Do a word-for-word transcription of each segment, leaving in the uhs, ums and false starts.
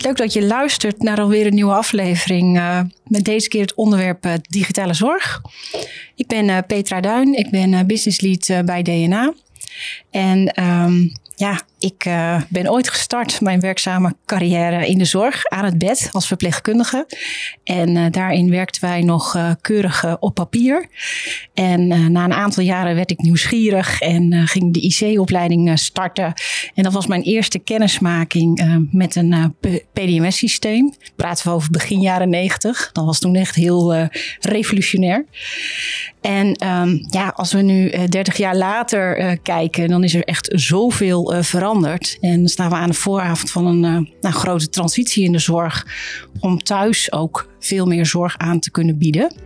Leuk dat je luistert naar alweer een nieuwe aflevering. Uh, met deze keer het onderwerp uh, digitale zorg. Ik ben uh, Petra Duin. Ik ben uh, business lead uh, bij D N A. En um, ja, ik uh, ben ooit gestart mijn werkzame carrière in de zorg aan het bed als verpleegkundige. En uh, daarin werkten wij nog uh, keurig uh, op papier. En uh, na een aantal jaren werd ik nieuwsgierig en uh, ging de I C-opleiding uh, starten. En dat was mijn eerste kennismaking uh, met een uh, P D M S-systeem. Praten we over begin jaren negentig. Dat was toen echt heel uh, revolutionair. En um, ja, als we nu uh, dertig jaar later uh, kijken, dan is er echt zoveel uh, veranderd. En dan staan we aan de vooravond van een uh, nou, grote transitie in de zorg. Om thuis ook veel meer zorg aan te kunnen bieden.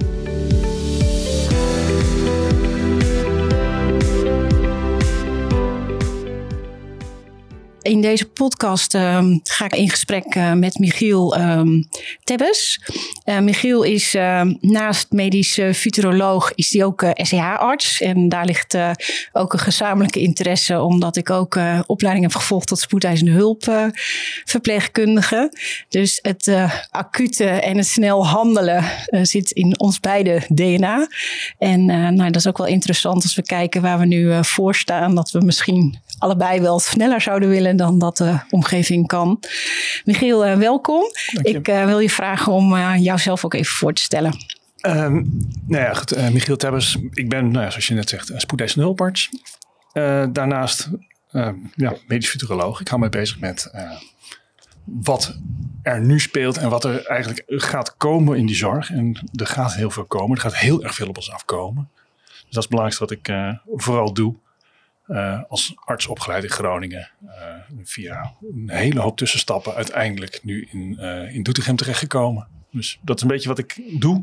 In deze podcast um, ga ik in gesprek uh, met Michiel um, Tebbes. Uh, Michiel is uh, naast medisch uh, futuroloog is hij ook uh, S C H-arts. En daar ligt uh, ook een gezamenlijke interesse, omdat ik ook uh, opleiding heb gevolgd tot spoedeisende hulp uh, verpleegkundige. Dus het uh, acute en het snel handelen uh, zit in ons beide D N A. En uh, nou, dat is ook wel interessant als we kijken waar we nu uh, voor staan, dat we misschien allebei wel sneller zouden willen dan dat de omgeving kan. Michiel, uh, welkom. Ik uh, wil je vragen om uh, jouzelf ook even voor te stellen. Um, nou ja, goed, uh, Michiel Tebbes. Ik ben, nou ja, zoals je net zegt, spoedeisende hulparts. Uh, daarnaast uh, ja, medisch futuroloog. Ik hou me bezig met uh, wat er nu speelt en wat er eigenlijk gaat komen in die zorg. En er gaat heel veel komen. Er gaat heel erg veel op ons afkomen. Dus dat is het belangrijkste wat ik uh, vooral doe. Uh, als arts opgeleid in Groningen. Uh, via een hele hoop tussenstappen uiteindelijk nu in, uh, in Doetinchem terechtgekomen. Dus dat is een beetje wat ik doe.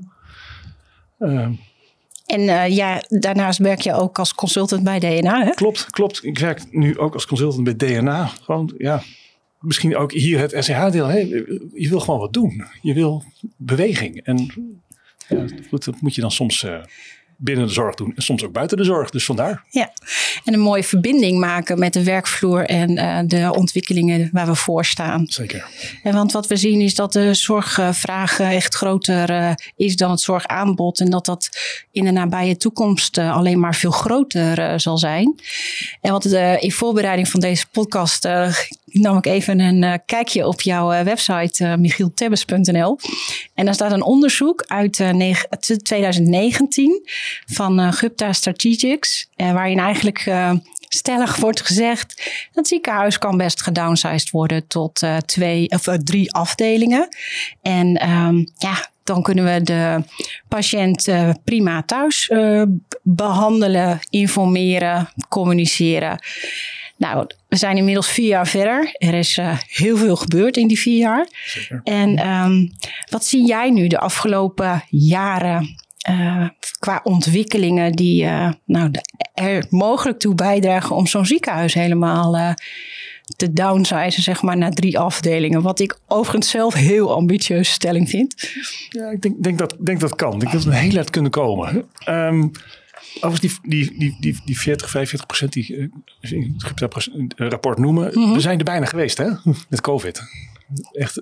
Uh, en uh, ja, daarnaast werk je ook als consultant bij D N A, hè? Klopt, klopt. Ik werk nu ook als consultant bij D N A. Gewoon, ja, misschien ook hier het S C H-deel. Hey, je wil gewoon wat doen. Je wil beweging. En ja, goed, dat moet je dan soms Uh, binnen de zorg doen en soms ook buiten de zorg. Dus vandaar. Ja, en een mooie verbinding maken met de werkvloer en uh, de ontwikkelingen waar we voor staan. Zeker. En want wat we zien is dat de zorgvraag echt groter uh, is dan het zorgaanbod. En dat dat in de nabije toekomst uh, alleen maar veel groter uh, zal zijn. En wat uh, in voorbereiding van deze podcast uh, nam ik even een uh, kijkje op jouw uh, website uh, michiel tebbes punt n l. En daar staat een onderzoek uit uh, twintig negentien van uh, Gupta Strategics. Uh, waarin eigenlijk uh, stellig wordt gezegd dat het ziekenhuis kan best gedownsized worden tot uh, twee of uh, drie afdelingen. En um, ja, dan kunnen we de patiënt uh, prima thuis uh, behandelen, informeren, communiceren. Nou, we zijn inmiddels vier jaar verder. Er is uh, heel veel gebeurd in die vier jaar. Zeker. En um, wat zie jij nu de afgelopen jaren uh, qua ontwikkelingen die uh, nou, er mogelijk toe bijdragen om zo'n ziekenhuis helemaal uh, te downsizen, zeg maar, naar drie afdelingen. Wat ik overigens zelf heel ambitieuze stelling vind. Ja, ik denk, denk, dat, denk dat kan. Ik denk dat we een heel eind kunnen komen. Um, Overigens, die, die, die, die, die veertig, vijfenveertig procent die uh, in het rapport noemen, mm-hmm. We zijn er bijna geweest, hè, met COVID. Echt,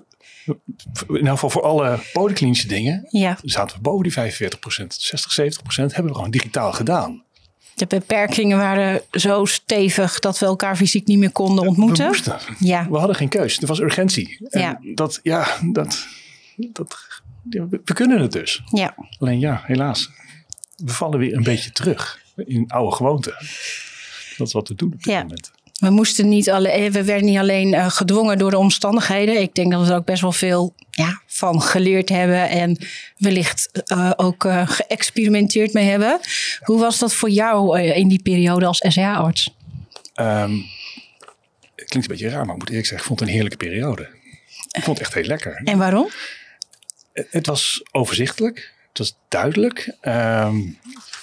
in elk geval voor alle polyklinische dingen, ja. Zaten we boven die vijfenveertig procent. zestig, zeventig procent hebben we gewoon digitaal gedaan. De beperkingen waren zo stevig dat we elkaar fysiek niet meer konden ontmoeten. We moesten. Ja. We hadden geen keus. Er was urgentie. En ja. Dat, ja, dat, dat, ja, we kunnen het dus. Ja. Alleen ja, helaas. We vallen weer een beetje terug in oude gewoonten. Dat is wat we doen op dit ja. moment. We moesten niet alleen, we werden niet alleen uh, gedwongen door de omstandigheden. Ik denk dat we er ook best wel veel ja, van geleerd hebben. En wellicht uh, ook uh, geëxperimenteerd mee hebben. Ja. Hoe was dat voor jou uh, in die periode als S C H-arts? Um, het klinkt een beetje raar, maar ik moet eerlijk zeggen, ik vond het een heerlijke periode. Ik vond het echt heel lekker. En waarom? Het, het was overzichtelijk. Het was duidelijk. Um,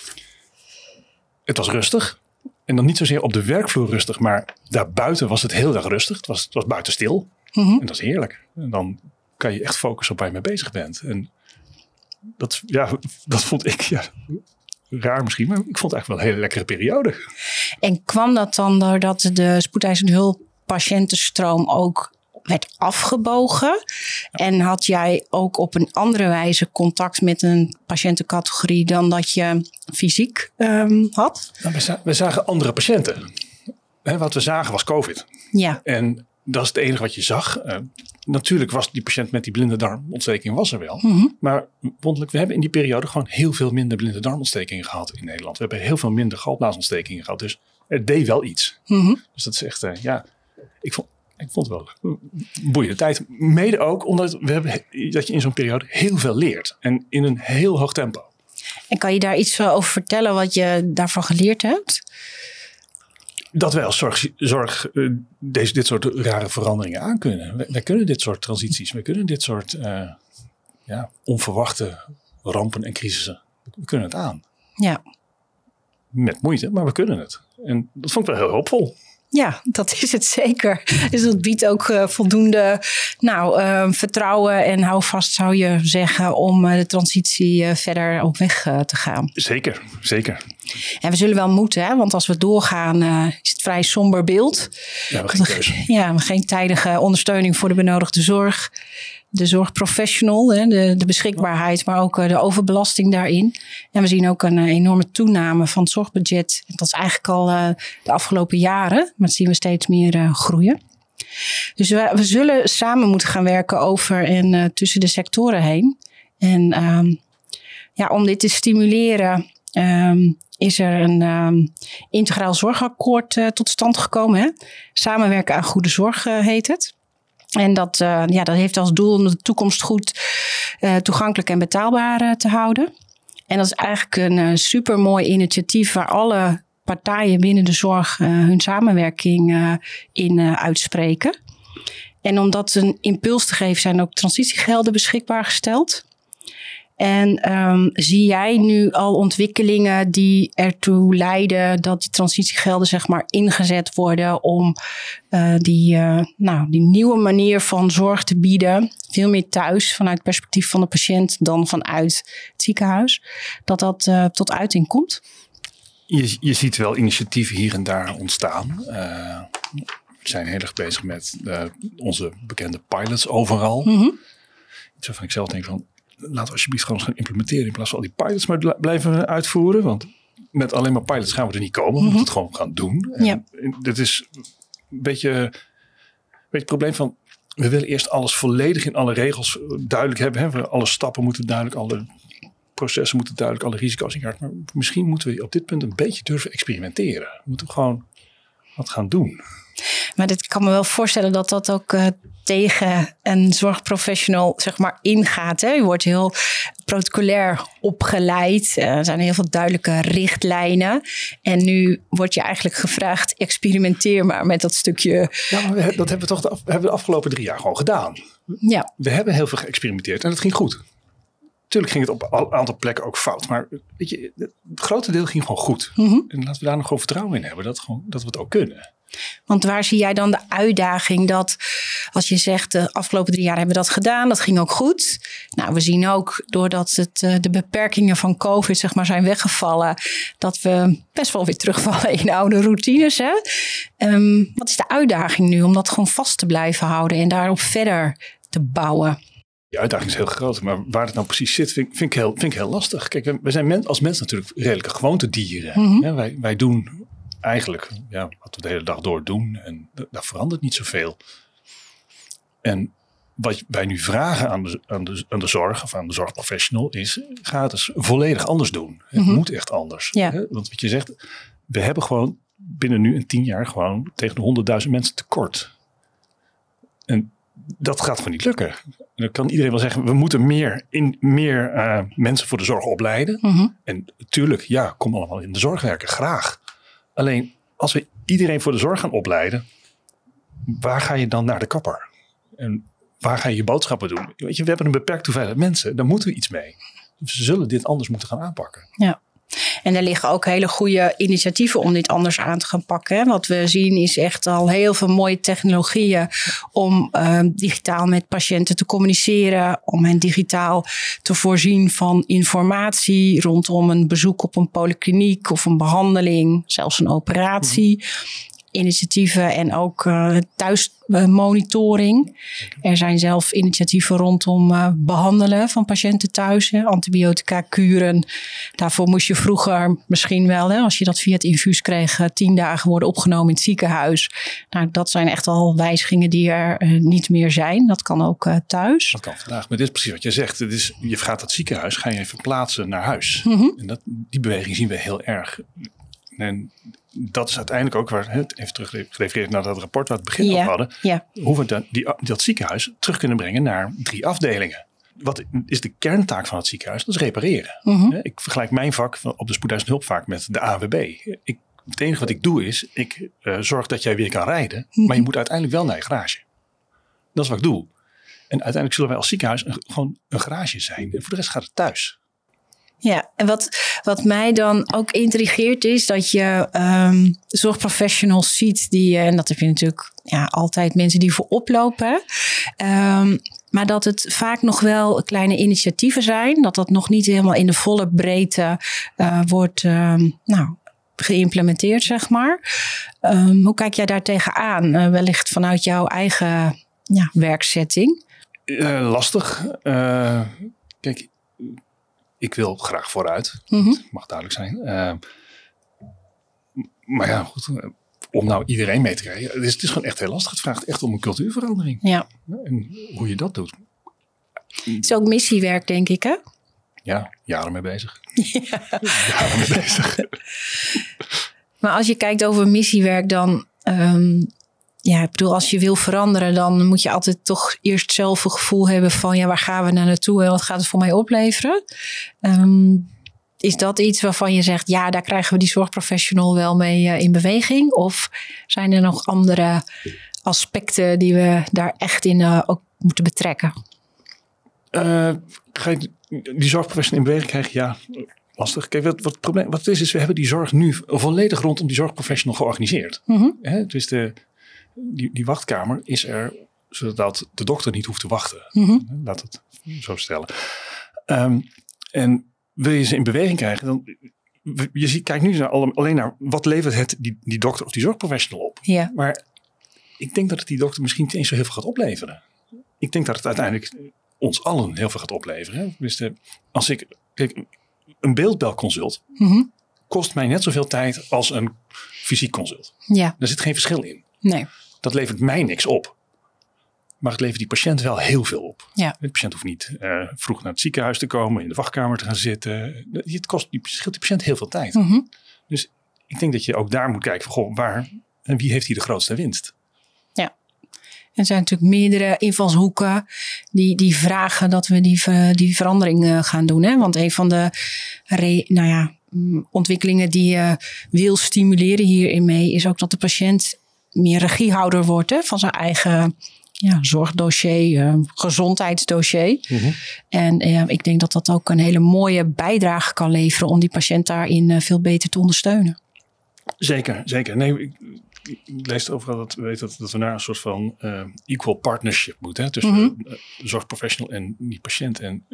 het was rustig. En dan niet zozeer op de werkvloer rustig, maar daarbuiten was het heel erg rustig. Het was, het was buiten stil. Mm-hmm. En dat is heerlijk. En dan kan je echt focussen op waar je mee bezig bent. En dat, ja, dat vond ik ja, raar misschien, maar ik vond het eigenlijk wel een hele lekkere periode. En kwam dat dan doordat de spoedeisende hulp patiëntenstroom ook werd afgebogen. En had jij ook op een andere wijze contact met een patiëntencategorie dan dat je fysiek um, had? Nou, we, za- we zagen andere patiënten. He, wat we zagen was COVID. Ja. En dat is het enige wat je zag. Uh, natuurlijk was die patiënt met die blinde darmontsteking was er wel. Mm-hmm. Maar wonderlijk, we hebben in die periode gewoon heel veel minder blinde darmontstekingen gehad in Nederland. We hebben heel veel minder galblaasontstekingen gehad. Dus er deed wel iets. Mm-hmm. Dus dat is echt, uh, ja, ik vond, ik vond het wel een boeiende tijd. Mede ook omdat we hebben, dat je in zo'n periode heel veel leert. En in een heel hoog tempo. En kan je daar iets over vertellen wat je daarvan geleerd hebt? Dat wij als zorg, zorg uh, deze, dit soort rare veranderingen aankunnen. Wij, wij kunnen dit soort transities. Wij kunnen dit soort uh, ja, onverwachte rampen en crisissen. We kunnen het aan. Ja. Met moeite, maar we kunnen het. En dat vond ik wel heel hoopvol. Ja, dat is het zeker. Dus dat biedt ook uh, voldoende nou, uh, vertrouwen en houvast, zou je zeggen, om uh, de transitie uh, verder op weg uh, te gaan. Zeker, zeker. En we zullen wel moeten, hè? Want als we doorgaan uh, is het vrij somber beeld. Ja, we geen keuze. Ja, geen tijdige ondersteuning voor de benodigde zorg. De zorgprofessional, hè, de, de beschikbaarheid, maar ook uh, de overbelasting daarin. En we zien ook een uh, enorme toename van het zorgbudget. Dat is eigenlijk al uh, de afgelopen jaren, maar dat zien we steeds meer uh, groeien. Dus we, we zullen samen moeten gaan werken over en uh, tussen de sectoren heen. En um, ja, om dit te stimuleren um, is er een um, integraal zorgakkoord uh, tot stand gekomen. Hè? Samenwerken aan goede zorg uh, heet het. En dat, uh, ja, dat heeft als doel om de toekomst goed uh, toegankelijk en betaalbaar uh, te houden. En dat is eigenlijk een uh, supermooi initiatief waar alle partijen binnen de zorg uh, hun samenwerking uh, in uh, uitspreken. En om dat een impuls te geven zijn ook transitiegelden beschikbaar gesteld. En um, zie jij nu al ontwikkelingen die ertoe leiden dat die transitiegelden zeg maar ingezet worden om uh, die, uh, nou, die nieuwe manier van zorg te bieden, veel meer thuis vanuit het perspectief van de patiënt dan vanuit het ziekenhuis, dat dat uh, tot uiting komt? Je, je ziet wel initiatieven hier en daar ontstaan. Uh, we zijn heel erg bezig met uh, onze bekende pilots overal. Mm-hmm. Iets waarvan ik zelf denk van, laten we alsjeblieft gewoon eens gaan implementeren in plaats van al die pilots maar blijven uitvoeren. Want met alleen maar pilots gaan we er niet komen. Mm-hmm. We moeten het gewoon gaan doen. En ja. Dit is een beetje, een beetje het probleem van, we willen eerst alles volledig in alle regels duidelijk hebben. Hè? Alle stappen moeten duidelijk, alle processen moeten duidelijk, alle risico's in kaart. Maar misschien moeten we op dit punt een beetje durven experimenteren. We moeten gewoon wat gaan doen. Maar dit kan me wel voorstellen dat dat ook uh, tegen een zorgprofessional zeg maar ingaat. Hè? Je wordt heel protocolair opgeleid. Uh, er zijn heel veel duidelijke richtlijnen. En nu word je eigenlijk gevraagd, experimenteer maar met dat stukje. Ja, maar we, dat hebben we toch de, af, hebben we de afgelopen drie jaar gewoon gedaan. Ja. We hebben heel veel geëxperimenteerd en het ging goed. Natuurlijk ging het op een aantal plekken ook fout. Maar weet je, het grote deel ging gewoon goed. Mm-hmm. En laten we daar nog gewoon vertrouwen in hebben dat, gewoon, dat we het ook kunnen. Want waar zie jij dan de uitdaging dat als je zegt de afgelopen drie jaar hebben we dat gedaan, dat ging ook goed. Nou, we zien ook doordat het, de beperkingen van COVID zeg maar zijn weggevallen, dat we best wel weer terugvallen in oude routines. Hè? Um, wat is de uitdaging nu om dat gewoon vast te blijven houden en daarop verder te bouwen? Die uitdaging is heel groot, maar waar het nou precies zit vind, vind, ik, heel, vind ik heel lastig. Kijk, we, we zijn men, als mensen natuurlijk redelijke gewoontedieren. Mm-hmm. Ja, wij, wij doen eigenlijk ja, wat we de hele dag door doen en d- daar verandert niet zoveel. En wat wij nu vragen aan de, aan, de, aan de zorg of aan de zorgprofessional is, ga het eens volledig anders doen. Het mm-hmm. moet echt anders. Ja. Hè? Want wat je zegt, we hebben gewoon binnen nu een tien jaar gewoon tegen de honderdduizend mensen tekort. En dat gaat gewoon niet lukken. En dan kan iedereen wel zeggen, we moeten meer, in, meer uh, mensen voor de zorg opleiden. Mm-hmm. En natuurlijk, ja, kom allemaal in de zorg werken, graag. Alleen, als we iedereen voor de zorg gaan opleiden, waar ga je dan naar de kapper? En waar ga je je boodschappen doen? Weet je, we hebben een beperkte hoeveelheid mensen, daar moeten we iets mee. Dus we zullen dit anders moeten gaan aanpakken. Ja. En er liggen ook hele goede initiatieven om dit anders aan te gaan pakken. Hè. Wat we zien is echt al heel veel mooie technologieën om uh, digitaal met patiënten te communiceren. Om hen digitaal te voorzien van informatie rondom een bezoek op een polykliniek of een behandeling, zelfs een operatie. initiatieven en ook uh, thuismonitoring. Uh, er zijn zelf initiatieven rondom uh, behandelen van patiënten thuis. Hè, antibiotica, kuren. Daarvoor moest je vroeger misschien wel, hè, als je dat via het infuus kreeg, uh, tien dagen worden opgenomen in het ziekenhuis. Nou, dat zijn echt al wijzigingen die er uh, niet meer zijn. Dat kan ook uh, thuis. Dat kan vandaag. Maar dit is precies wat je zegt. Het is, je gaat het ziekenhuis, ga je even verplaatsen naar huis. Mm-hmm. En dat, die beweging zien we heel erg. En dat is uiteindelijk ook waar, even terug gerefereerd naar dat rapport waar we het begin ja, over hadden. Ja. Hoe we dat, die, dat ziekenhuis terug kunnen brengen naar drie afdelingen. Wat is de kerntaak van het ziekenhuis? Dat is repareren. Mm-hmm. Ik vergelijk mijn vak op de spoedeisende hulp vaak met de A W B. Ik, het enige wat ik doe is, ik uh, zorg dat jij weer kan rijden. Mm-hmm. Maar je moet uiteindelijk wel naar je garage. Dat is wat ik doe. En uiteindelijk zullen wij als ziekenhuis een, gewoon een garage zijn. En voor de rest gaat het thuis. Ja, en wat, wat mij dan ook intrigeert is dat je um, zorgprofessionals ziet die, en dat heb je natuurlijk ja, altijd mensen die voorop lopen. Um, maar dat het vaak nog wel kleine initiatieven zijn. Dat dat nog niet helemaal in de volle breedte uh, wordt um, nou, geïmplementeerd, zeg maar. Um, hoe kijk jij daar tegenaan? Uh, wellicht vanuit jouw eigen ja, werksetting? Uh, lastig. Uh, kijk... Ik wil graag vooruit. Mm-hmm. Dat mag duidelijk zijn. Uh, maar ja, goed. Om nou iedereen mee te krijgen. Het is, het is gewoon echt heel lastig. Het vraagt echt om een cultuurverandering. Ja. En hoe je dat doet. Het is ook missiewerk, denk ik, hè? Ja, jaren mee bezig. Ja. Jaren mee bezig. Maar als je kijkt over missiewerk, dan... Um, ja, ik bedoel, als je wil veranderen, dan moet je altijd toch eerst zelf een gevoel hebben van, ja, waar gaan we naar naartoe en wat gaat het voor mij opleveren? Um, is dat iets waarvan je zegt, ja, daar krijgen we die zorgprofessional wel mee uh, in beweging? Of zijn er nog andere aspecten die we daar echt in uh, ook moeten betrekken? Uh, ga je die zorgprofessional in beweging krijgen? Ja, lastig. Kijk, wat, wat het probleem wat het is, is we hebben die zorg nu volledig rondom die zorgprofessional georganiseerd. Mm-hmm. Hè, dus de Die, die wachtkamer is er zodat de dokter niet hoeft te wachten. Mm-hmm. Laat het zo stellen. Um, en wil je ze in beweging krijgen, dan je ziet, kijk nu naar, alleen naar wat levert het die, die dokter of die zorgprofessional op. Ja. Maar ik denk dat het die dokter misschien niet eens zo heel veel gaat opleveren. Ik denk dat het uiteindelijk ons allen heel veel gaat opleveren. Hè? Dus de, als ik kijk, een beeldbelconsult Mm-hmm. kost mij net zoveel tijd als een fysiek consult. Ja. Daar zit geen verschil in. Nee. Dat levert mij niks op. Maar het levert die patiënt wel heel veel op. Ja. De patiënt hoeft niet uh, vroeg naar het ziekenhuis te komen, in de wachtkamer te gaan zitten. Het kost, die scheelt die patiënt heel veel tijd. Mm-hmm. Dus ik denk dat je ook daar moet kijken van, goh, waar en wie heeft hier de grootste winst? Ja. Er zijn natuurlijk meerdere invalshoeken die, die vragen dat we die, die verandering uh, gaan doen. Hè? Want een van de re, nou ja, ontwikkelingen die je uh, wil stimuleren hierin mee is ook dat de patiënt meer regiehouder wordt, hè, van zijn eigen ja, zorgdossier, uh, gezondheidsdossier. Mm-hmm. En uh, ik denk dat dat ook een hele mooie bijdrage kan leveren om die patiënt daarin uh, veel beter te ondersteunen. Zeker, zeker. Nee, ik, ik lees overal dat we weten dat, dat we naar een soort van uh, equal partnership moeten, hè, tussen mm-hmm. uh, zorgprofessional en die patiënt. En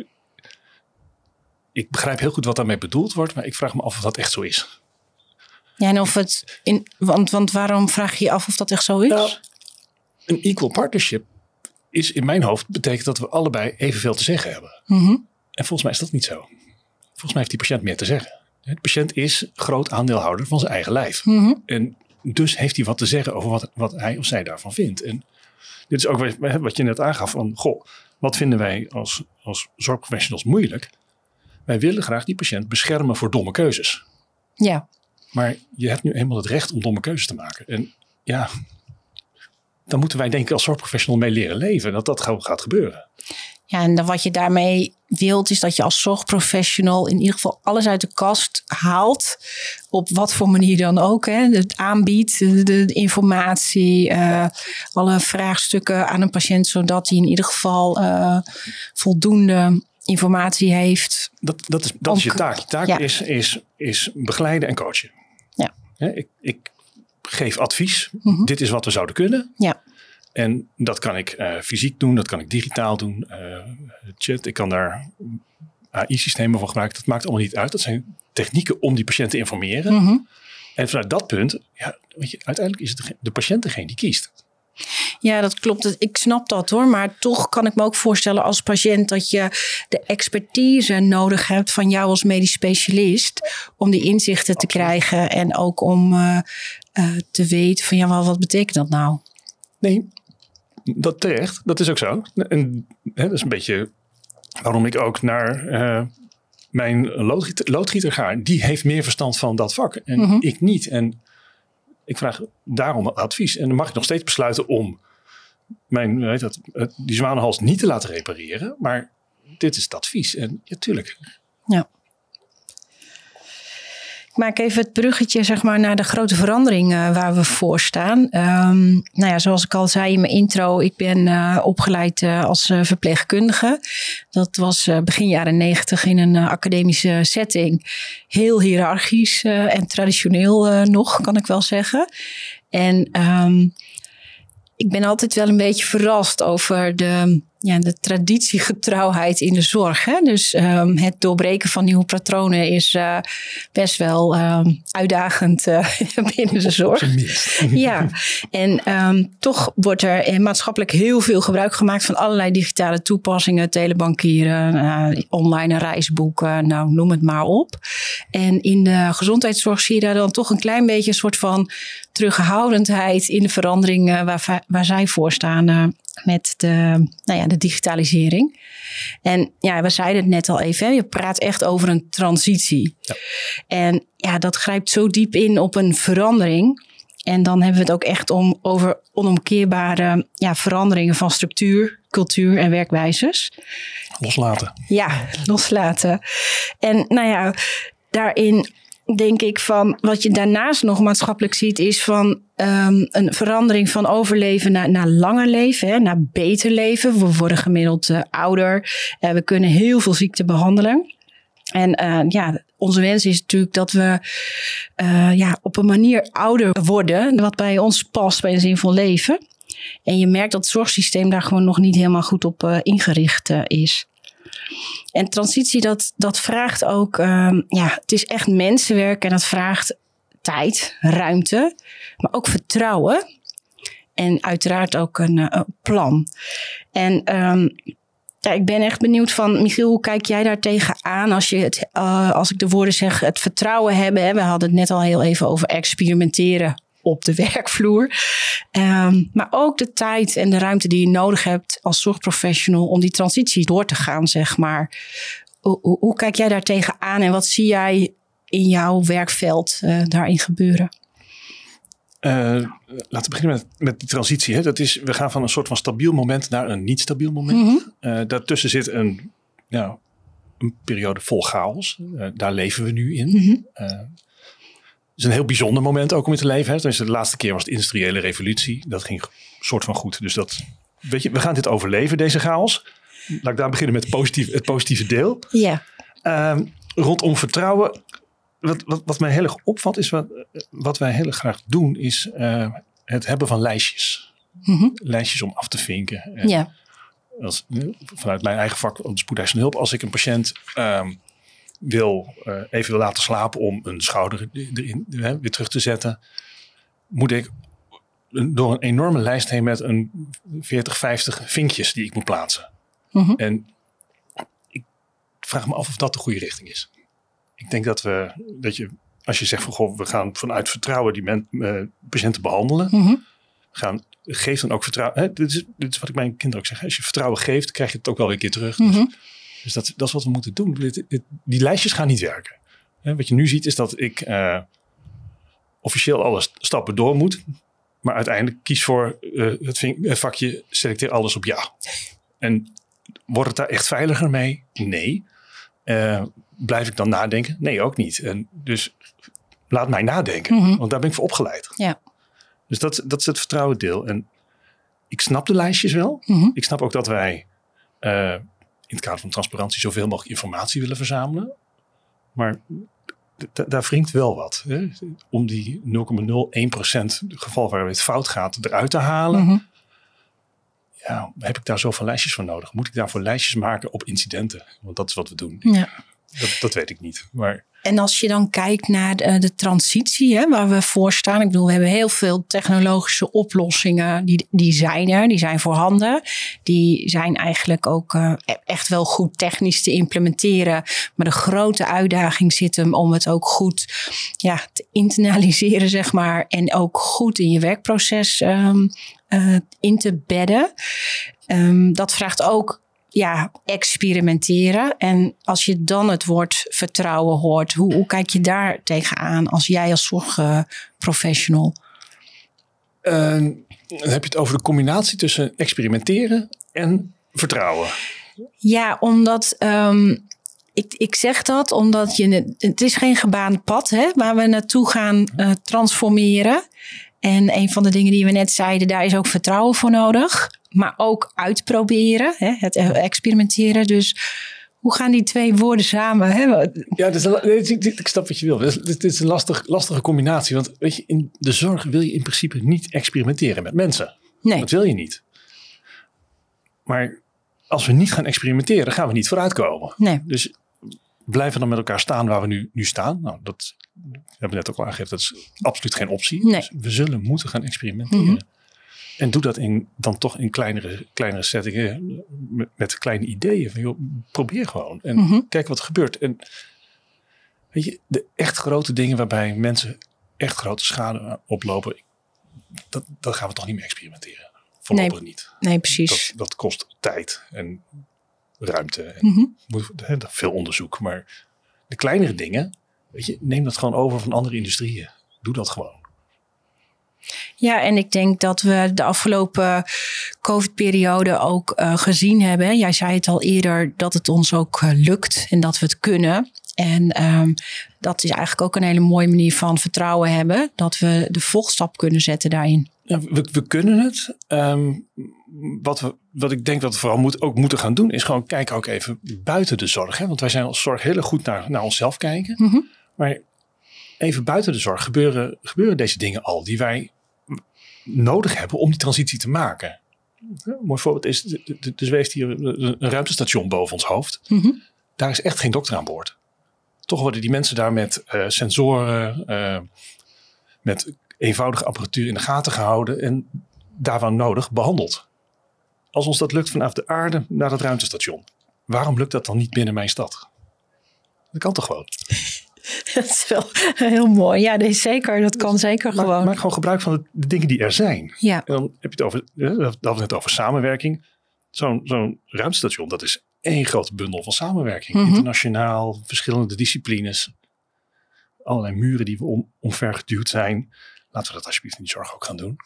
ik begrijp heel goed wat daarmee bedoeld wordt, maar ik vraag me af of dat echt zo is. Ja, en of het in, want, want waarom vraag je je af of dat echt zo is? Nou, een equal partnership is in mijn hoofd betekent dat we allebei evenveel te zeggen hebben. Mm-hmm. En volgens mij is dat niet zo. Volgens mij heeft die patiënt meer te zeggen. De patiënt is groot aandeelhouder van zijn eigen lijf. Mm-hmm. En dus heeft hij wat te zeggen over wat, wat hij of zij daarvan vindt. En dit is ook wat je net aangaf van, goh, wat vinden wij als, als zorgprofessionals moeilijk? Wij willen graag die patiënt beschermen voor domme keuzes. Ja. Maar je hebt nu eenmaal het recht om domme keuzes te maken. En ja, dan moeten wij denk ik als zorgprofessional mee leren leven. Dat dat gaat gebeuren. Ja, en dan wat je daarmee wilt is dat je als zorgprofessional in ieder geval alles uit de kast haalt. Op wat voor manier dan ook. Hè. Het aanbiedt, de, de informatie, uh, alle vraagstukken aan een patiënt. Zodat hij in ieder geval uh, voldoende informatie heeft. Dat, dat, is, dat is je taak. Je taak ja. is, is, is begeleiden en coachen. Ja. He, ik, ik geef advies. Mm-hmm. Dit is wat we zouden kunnen. Ja. En dat kan ik uh, fysiek doen. Dat kan ik digitaal doen. Uh, chat. Ik kan daar A I-systemen voor gebruiken. Dat maakt allemaal niet uit. Dat zijn technieken om die patiënt te informeren. Mm-hmm. En vanuit dat punt, ja, weet je, uiteindelijk is het de patiënt degene die kiest. Ja, dat klopt. Ik snap dat hoor. Maar toch kan ik me ook voorstellen als patiënt dat je de expertise nodig hebt van jou als medisch specialist. Om die inzichten te krijgen en ook om uh, uh, te weten van ja, wat betekent dat nou? Nee, dat terecht. Dat is ook zo. En hè, dat is een beetje waarom ik ook naar uh, mijn loodgieter, loodgieter ga. Die heeft meer verstand van dat vak en mm-hmm. ik niet. En ik vraag daarom advies. En dan mag ik nog steeds besluiten om mijn, weet dat, die zwanenhals niet te laten repareren. Maar dit is het advies. En ja, tuurlijk. Ja. Ik maak even het bruggetje zeg maar, naar de grote verandering uh, waar we voor staan. Um, nou ja, zoals ik al zei in mijn intro, ik ben uh, opgeleid uh, als uh, verpleegkundige. Dat was uh, begin jaren negentig in een uh, academische setting. Heel hiërarchisch uh, en traditioneel uh, nog, kan ik wel zeggen. En um, ik ben altijd wel een beetje verrast over de, ja, de traditiegetrouwheid in de zorg. Hè? Dus um, het doorbreken van nieuwe patronen is uh, best wel um, uitdagend uh, binnen de zorg. Ja, en um, toch wordt er maatschappelijk heel veel gebruik gemaakt van allerlei digitale toepassingen, telebankieren, uh, online reisboeken, nou noem het maar op. En in de gezondheidszorg zie je daar dan toch een klein beetje een soort van terughoudendheid in de verandering uh, waar, waar zij voor staan uh, met de, nou ja, de digitalisering. En ja, we zeiden het net al even, hè, je praat echt over een transitie. Ja. En ja, dat grijpt zo diep in op een verandering. En dan hebben we het ook echt om over onomkeerbare ja, veranderingen van structuur, cultuur en werkwijzes. Loslaten. Ja, loslaten. En nou ja, daarin denk ik van wat je daarnaast nog maatschappelijk ziet is van um, een verandering van overleven naar, naar langer leven, hè, naar beter leven. We worden gemiddeld uh, ouder. Uh, we kunnen heel veel ziekten behandelen. En uh, ja, onze wens is natuurlijk dat we uh, ja, op een manier ouder worden wat bij ons past bij een zinvol leven. En je merkt dat het zorgsysteem daar gewoon nog niet helemaal goed op uh, ingericht uh, is. En transitie, dat, dat vraagt ook, um, ja, het is echt mensenwerk en dat vraagt tijd, ruimte, maar ook vertrouwen. En uiteraard ook een, uh, een plan. En um, ja, ik ben echt benieuwd van, Michiel, hoe kijk jij daar tegenaan als je het, uh, als ik de woorden zeg, het vertrouwen hebben. Hè? We hadden het net al heel even over experimenteren op de werkvloer. Um, maar ook de tijd en de ruimte die je nodig hebt als zorgprofessional om die transitie door te gaan, zeg maar. Hoe, hoe, hoe kijk jij daar tegenaan en wat zie jij in jouw werkveld uh, daarin gebeuren? Uh, laten we beginnen met, met die transitie. Hè. Dat is, we gaan van een soort van stabiel moment naar een niet stabiel moment. Mm-hmm. Uh, daartussen zit een, ja, een periode vol chaos. Uh, daar leven we nu in. Mm-hmm. Uh, Het is een heel bijzonder moment ook om in te leven. Hè. De laatste keer was de industriële revolutie. Dat ging soort van goed. Dus dat, weet je, we gaan dit overleven, deze chaos. Laat ik daar beginnen met het positieve, het positieve deel. Ja. Uh, rondom vertrouwen. Wat, wat, wat mij heel erg opvalt is wat, wat wij heel erg graag doen is uh, het hebben van lijstjes. Mm-hmm. Lijstjes om af te vinken. En ja. Als, vanuit mijn eigen vak, de spoedeisende hulp, als ik een patiënt Um, wil uh, even wil laten slapen om een schouder erin uh, weer terug te zetten, moet ik door een enorme lijst heen met een veertig, vijftig vinkjes die ik moet plaatsen. Mm-hmm. En ik vraag me af of dat de goede richting is. Ik denk dat we, dat je, als je zegt van goh, we gaan vanuit vertrouwen die men, uh, patiënten behandelen, mm-hmm. gaan, geef dan ook vertrouwen. Hè, dit, is, dit is wat ik mijn kinderen ook zeg. Als je vertrouwen geeft, krijg je het ook wel weer een keer terug. Mm-hmm. Dus, Dus dat, dat is wat we moeten doen. Dit, dit, die lijstjes gaan niet werken. He, wat je nu ziet is dat ik uh, officieel alle stappen door moet. Maar uiteindelijk kies voor uh, het, vink, het vakje selecteer alles op ja. En wordt het daar echt veiliger mee? Nee. Uh, blijf ik dan nadenken? Nee, ook niet. En dus laat mij nadenken. Mm-hmm. Want daar ben ik voor opgeleid. Ja. Dus dat, dat is het vertrouwen deel. En ik snap de lijstjes wel. Mm-hmm. Ik snap ook dat wij Uh, in het kader van transparantie zoveel mogelijk informatie willen verzamelen. Maar d- daar wringt wel wat. Hè? Om die nul komma nul één procent geval waar het fout gaat eruit te halen. Mm-hmm. Ja, heb ik daar zoveel lijstjes voor nodig? Moet ik daarvoor lijstjes maken op incidenten? Want dat is wat we doen. Ja. Dat, dat weet ik niet. Maar En als je dan kijkt naar de, de transitie hè, waar we voor staan. Ik bedoel, we hebben heel veel technologische oplossingen. Die, die zijn er, die zijn voorhanden. Die zijn eigenlijk ook uh, echt wel goed technisch te implementeren. Maar de grote uitdaging zit hem om het ook goed ja, te internaliseren, zeg maar. En ook goed in je werkproces um, uh, in te bedden. Um, dat vraagt ook ja, experimenteren. En als je dan het woord vertrouwen hoort, hoe, hoe kijk je daar tegenaan als jij als zorgprofessional? Uh, dan heb je het over de combinatie tussen experimenteren en vertrouwen. Ja, omdat um, ik, ik zeg dat omdat je het is geen gebaand pad hè, waar we naartoe gaan uh, transformeren. En een van de dingen die we net zeiden, daar is ook vertrouwen voor nodig. Maar ook uitproberen, hè, het experimenteren. Dus hoe gaan die twee woorden samen? Hè? Ja, dus, ik snap wat je wil. Dit is een lastig, lastige combinatie. Want weet je, in de zorg wil je in principe niet experimenteren met mensen. Nee. Dat wil je niet. Maar als we niet gaan experimenteren, gaan we niet vooruitkomen. Nee. Dus blijven dan met elkaar staan waar we nu, nu staan. Nou, dat hebben we net ook al aangegeven. Dat is absoluut geen optie. Nee. Dus we zullen moeten gaan experimenteren. Mm-hmm. En doe dat in, dan toch in kleinere, kleinere settingen. Met, met kleine ideeën. Van, joh, probeer gewoon. En mm-hmm. kijk wat er gebeurt. En weet je, de echt grote dingen waarbij mensen echt grote schade oplopen. Dat, dat gaan we toch niet meer experimenteren. Voorlopig nee. niet. Nee, precies. Dat, dat kost tijd en ruimte. En mm-hmm. moet, he, veel onderzoek. Maar de kleinere dingen, weet je, neem dat gewoon over van andere industrieën. Doe dat gewoon. Ja, en ik denk dat we de afgelopen COVID-periode ook uh, gezien hebben. Jij zei het al eerder dat het ons ook uh, lukt en dat we het kunnen. En um, dat is eigenlijk ook een hele mooie manier van vertrouwen hebben. Dat we de volgstap kunnen zetten daarin. Ja, we, we kunnen het. Um, wat, we, wat ik denk dat we vooral moet, ook moeten gaan doen, is gewoon kijken ook even buiten de zorg. Hè? Want wij zijn als zorg heel erg goed naar, naar onszelf kijken. Mm-hmm. Maar even buiten de zorg gebeuren, gebeuren deze dingen al die wij nodig hebben om die transitie te maken. Een mooi voorbeeld is, er zweeft hier een ruimtestation boven ons hoofd. Mm-hmm. Daar is echt geen dokter aan boord. Toch worden die mensen daar met uh, sensoren, uh, met eenvoudige apparatuur in de gaten gehouden en daarvan nodig behandeld. Als ons dat lukt vanaf de aarde naar dat ruimtestation, waarom lukt dat dan niet binnen mijn stad? Dat kan toch gewoon? Dat is wel heel mooi. Ja, nee, zeker. Dat kan zeker maak, gewoon. Maak gewoon gebruik van de, de dingen die er zijn. Ja. En dan heb je het over, we hadden het net over samenwerking. Zo'n, zo'n ruimtestation, dat is één grote bundel van samenwerking. Mm-hmm. Internationaal, verschillende disciplines. Allerlei muren die we om, omvergeduwd zijn. Laten we dat alsjeblieft in die zorg ook gaan doen.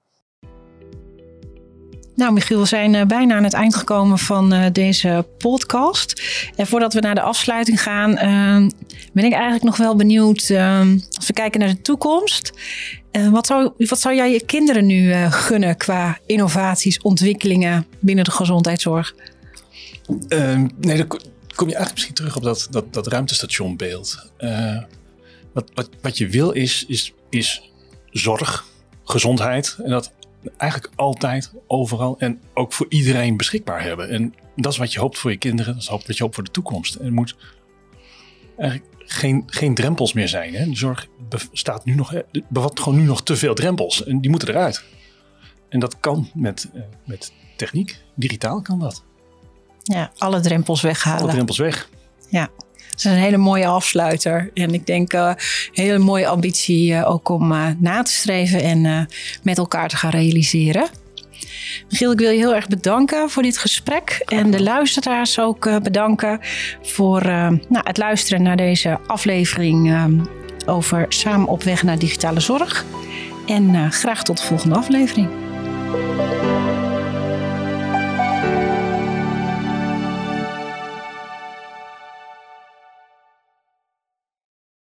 Nou, Michiel, we zijn uh, bijna aan het eind gekomen van uh, deze podcast. En voordat we naar de afsluiting gaan, uh, ben ik eigenlijk nog wel benieuwd. Uh, als we kijken naar de toekomst. Uh, wat, zou, wat zou jij je kinderen nu uh, gunnen qua innovaties, ontwikkelingen binnen de gezondheidszorg? Uh, nee, dan kom je eigenlijk misschien terug op dat, dat, dat ruimtestationbeeld. Uh, wat, wat, wat je wil is, is, is zorg, gezondheid en dat eigenlijk altijd, overal en ook voor iedereen beschikbaar hebben. En dat is wat je hoopt voor je kinderen, dat is wat je hoopt voor de toekomst. En er moet eigenlijk geen, geen drempels meer zijn. Hè? De zorg bestaat nu nog, bevat gewoon nu nog te veel drempels en die moeten eruit. En dat kan met, met techniek, digitaal kan dat. Ja, alle drempels weghalen. Alle drempels weg. Ja. Dat is een hele mooie afsluiter. En ik denk uh, een hele mooie ambitie uh, ook om uh, na te streven en uh, met elkaar te gaan realiseren. Michiel, ik wil je heel erg bedanken voor dit gesprek. En de luisteraars ook uh, bedanken voor uh, nou, het luisteren naar deze aflevering uh, over Samen op weg naar digitale zorg. En uh, graag tot de volgende aflevering.